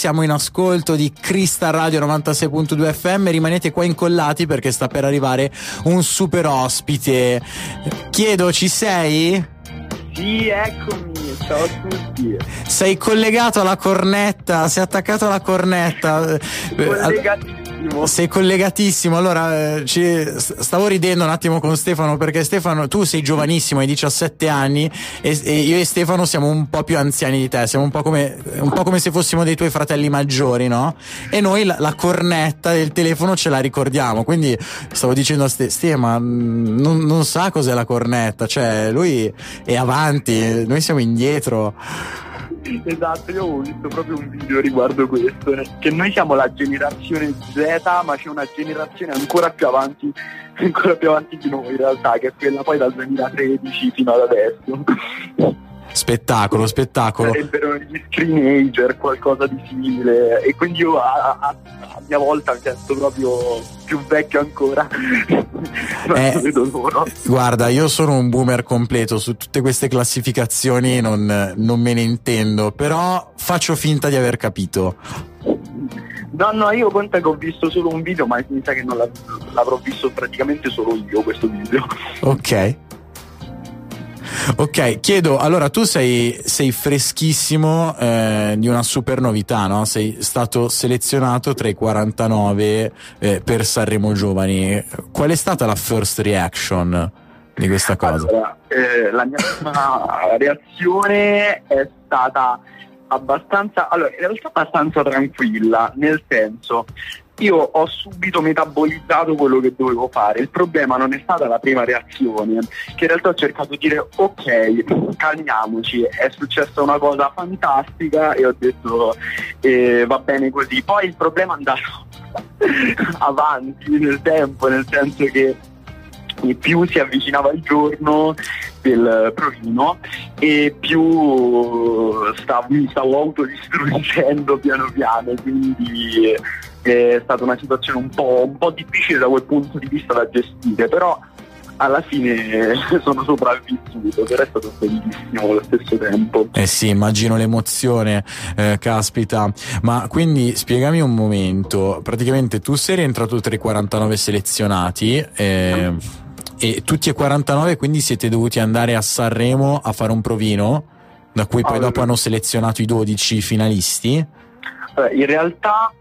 siamo in ascolto di Crystal Radio 96.2 FM, rimanete qua incollati perché sta per arrivare un super ospite. Chiedo, ci sei? Sì, eccomi, ciao a tutti. Sei collegato alla cornetta, sei attaccato alla cornetta. Collegatissimo. Sei collegatissimo. Allora, stavo ridendo un attimo con Stefano perché Stefano, tu sei giovanissimo, hai 17 anni e io e Stefano siamo un po' più anziani di te, siamo un po' come se fossimo dei tuoi fratelli maggiori, no? E noi la cornetta del telefono ce la ricordiamo, quindi stavo dicendo a Ste, ma non sa cos'è la cornetta, cioè lui è avanti, noi siamo indietro. Esatto, io ho visto proprio un video riguardo questo, che noi siamo la generazione Z, ma c'è una generazione ancora più avanti di noi in realtà, che è quella poi dal 2013 fino ad adesso. Spettacolo. Sarebbero gli screenager, qualcosa di simile, e quindi io a mia volta mi sento proprio più vecchio ancora. Vedo loro. Guarda, io sono un boomer completo, su tutte queste classificazioni non me ne intendo, però faccio finta di aver capito. No, io conta che ho visto solo un video, ma mi sa che non l'avrò visto praticamente solo io questo video. Ok, chiedo, allora tu sei freschissimo di una super novità, no? Sei stato selezionato tra i 49 per Sanremo Giovani. Qual è stata la first reaction di questa cosa? Allora, la mia prima reazione è stata abbastanza tranquilla, nel senso, io ho subito metabolizzato quello che dovevo fare. Il problema non è stata la prima reazione, che in realtà ho cercato di dire ok, calmiamoci, è successa una cosa fantastica e ho detto va bene così. Poi il problema è andato avanti nel tempo, nel senso che più si avvicinava il giorno del provino e più mi stavo autodistruggendo piano piano, quindi è stata una situazione un po' difficile da quel punto di vista da gestire, però alla fine sono sopravvissuto, però è stato bellissimo allo stesso tempo. Sì, immagino l'emozione, caspita. Ma quindi spiegami un momento, praticamente tu sei rientrato tra i 49 selezionati e tutti e 49 quindi siete dovuti andare a Sanremo a fare un provino, da cui poi dopo hanno selezionato i 12 finalisti? In realtà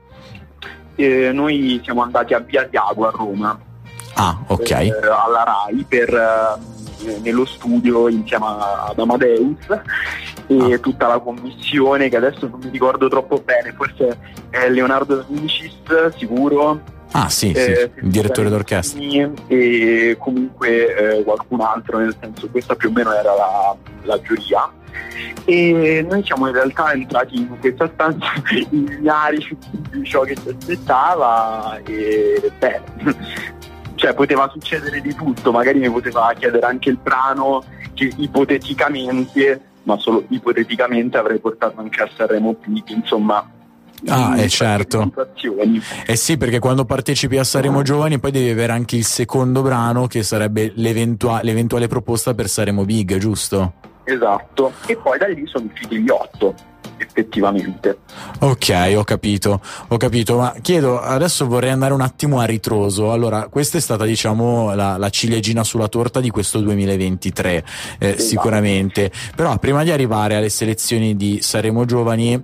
noi siamo andati a Via Diago a Roma. Ok. Alla Rai nello studio insieme ad Amadeus e tutta la commissione, che adesso non mi ricordo troppo bene, forse è Leonardo Da Vincis, sicuro. Sì, il direttore d'orchestra. E comunque qualcun altro, nel senso, questa più o meno era la giuria. E noi siamo in realtà entrati in questa stanza ignari di ciò che ci aspettava e cioè poteva succedere di tutto, magari mi poteva chiedere anche il brano che ipoteticamente, ma solo ipoteticamente, avrei portato anche a Sanremo Peak, insomma. Certo. Sì, perché quando partecipi a Sanremo Giovani poi devi avere anche il secondo brano, che sarebbe l'eventuale proposta per Sanremo Big, giusto? Esatto, e poi da lì sono usciti gli 8 effettivamente. Ok, ho capito, ma chiedo, adesso vorrei andare un attimo a ritroso. Allora, questa è stata, diciamo, la ciliegina sulla torta di questo 2023, esatto. Sicuramente, però prima di arrivare alle selezioni di Sanremo Giovani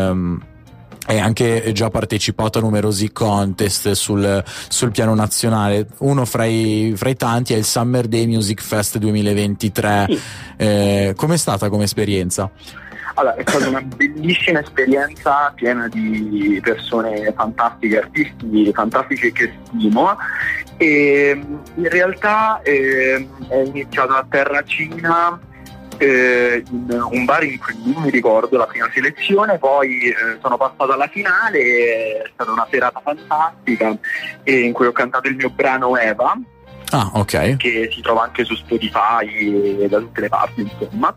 hai anche già partecipato a numerosi contest sul piano nazionale. Uno fra i tanti è il Summer Day Music Fest 2023. Sì. Com'è stata come esperienza? Allora, è stata una bellissima esperienza, piena di persone fantastiche, artisti fantastici che stimo, e in realtà è iniziato a Terracina, in un bar in cui non mi ricordo la prima selezione, poi sono passato alla finale, è stata una serata fantastica in cui ho cantato il mio brano Eva. Ok. Che si trova anche su Spotify e da tutte le parti, insomma.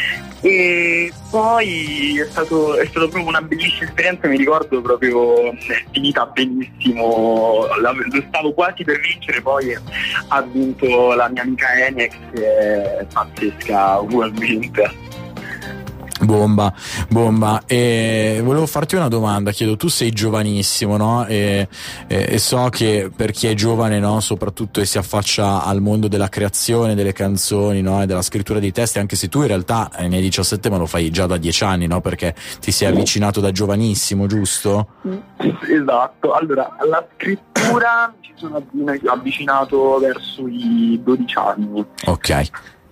E poi è stato proprio una bellissima esperienza, mi ricordo proprio, è finita benissimo, lo stavo quasi per vincere, poi ha vinto la mia amica Enex, che è pazzesca ugualmente. Bomba. E volevo farti una domanda, chiedo, tu sei giovanissimo, no? E so che per chi è giovane, no, soprattutto e si affaccia al mondo della creazione delle canzoni, no, e della scrittura dei testi, anche se tu in realtà ne hai 17 ma lo fai già da 10 anni, no? Perché ti sei avvicinato da giovanissimo, giusto? Esatto, allora alla scrittura ci sono avvicinato verso i 12 anni. Ok.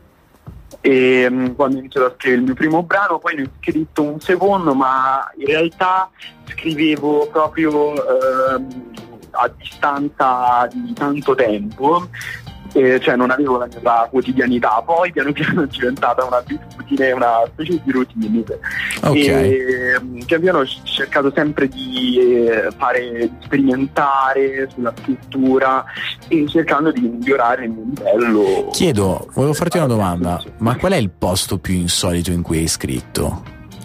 E quando ho iniziato a scrivere il mio primo brano, poi ne ho scritto un secondo, ma in realtà scrivevo proprio a distanza di tanto tempo, cioè non avevo la mia quotidianità. Poi piano piano è diventata un'abitudine, una specie di routine. Okay. E piano piano ho cercato sempre di sperimentare sulla scrittura e cercando di migliorare il mio livello. Chiedo, volevo farti una domanda, ma qual è il posto più insolito in cui hai scritto?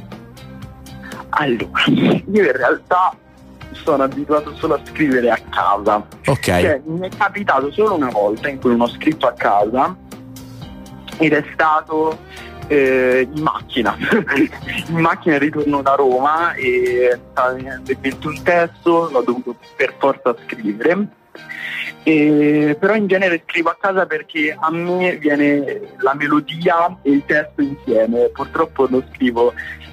Allora, io in realtà sono abituato solo a scrivere a casa. Ok. Cioè, mi è capitato solo una volta in cui non ho scritto a casa ed è stato in macchina. In macchina ritorno da Roma e stava venendo in mente un testo, l'ho dovuto per forza scrivere. Però in genere scrivo a casa perché a me viene la melodia e il testo insieme. Purtroppo lo scrivo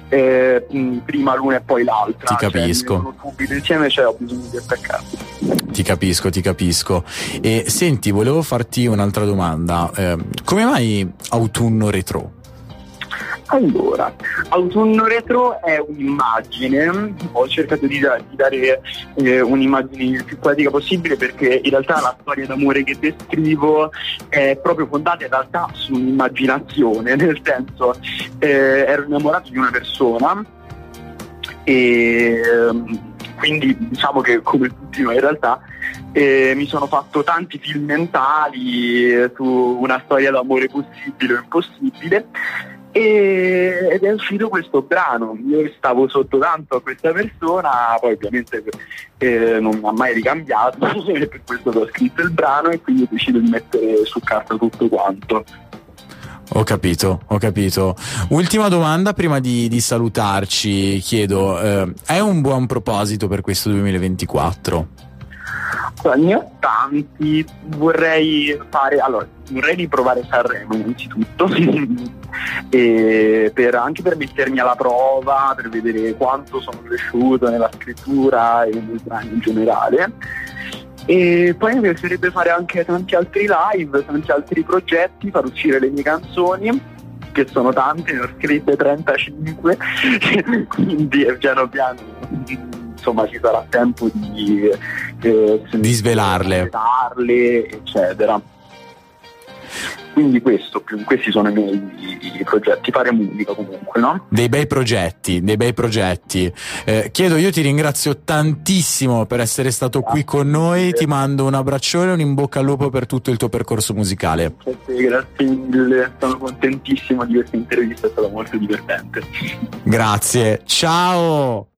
prima l'una e poi l'altra. Ti capisco. Cioè, subito insieme, cioè ho bisogno di attaccarsi. Ti capisco. E senti, volevo farti un'altra domanda. Come mai Autunno Retro? Allora, Autunno Retro è un'immagine, ho cercato di dare un'immagine il più poetica possibile, perché in realtà la storia d'amore che descrivo è proprio fondata in realtà su un'immaginazione, nel senso ero innamorato di una persona e quindi diciamo che come tutti noi in realtà mi sono fatto tanti film mentali su una storia d'amore possibile o impossibile. Ed è uscito questo brano. Io stavo sotto tanto a questa persona, poi ovviamente non mi ha mai ricambiato, per questo che ho scritto il brano e quindi ho deciso di mettere su carta tutto quanto. Ho capito. Ultima domanda prima di salutarci, chiedo, hai un buon proposito per questo 2024? Ne ho tanti, vorrei riprovare Sanremo innanzitutto e anche per mettermi alla prova, per vedere quanto sono cresciuto nella scrittura e nei brani in generale. E poi mi piacerebbe fare anche tanti altri live, tanti altri progetti, far uscire le mie canzoni, che sono tante, ne ho scritte 35 quindi piano piano insomma ci sarà tempo di svelarle, eccetera. Quindi questi sono i miei progetti, fare musica comunque, no? Dei bei progetti. Chiedo, io ti ringrazio tantissimo per essere stato qui con noi, ti mando un abbraccione e un in bocca al lupo per tutto il tuo percorso musicale. Grazie mille, sono contentissimo di questa intervista, è stata molto divertente. Grazie, ciao!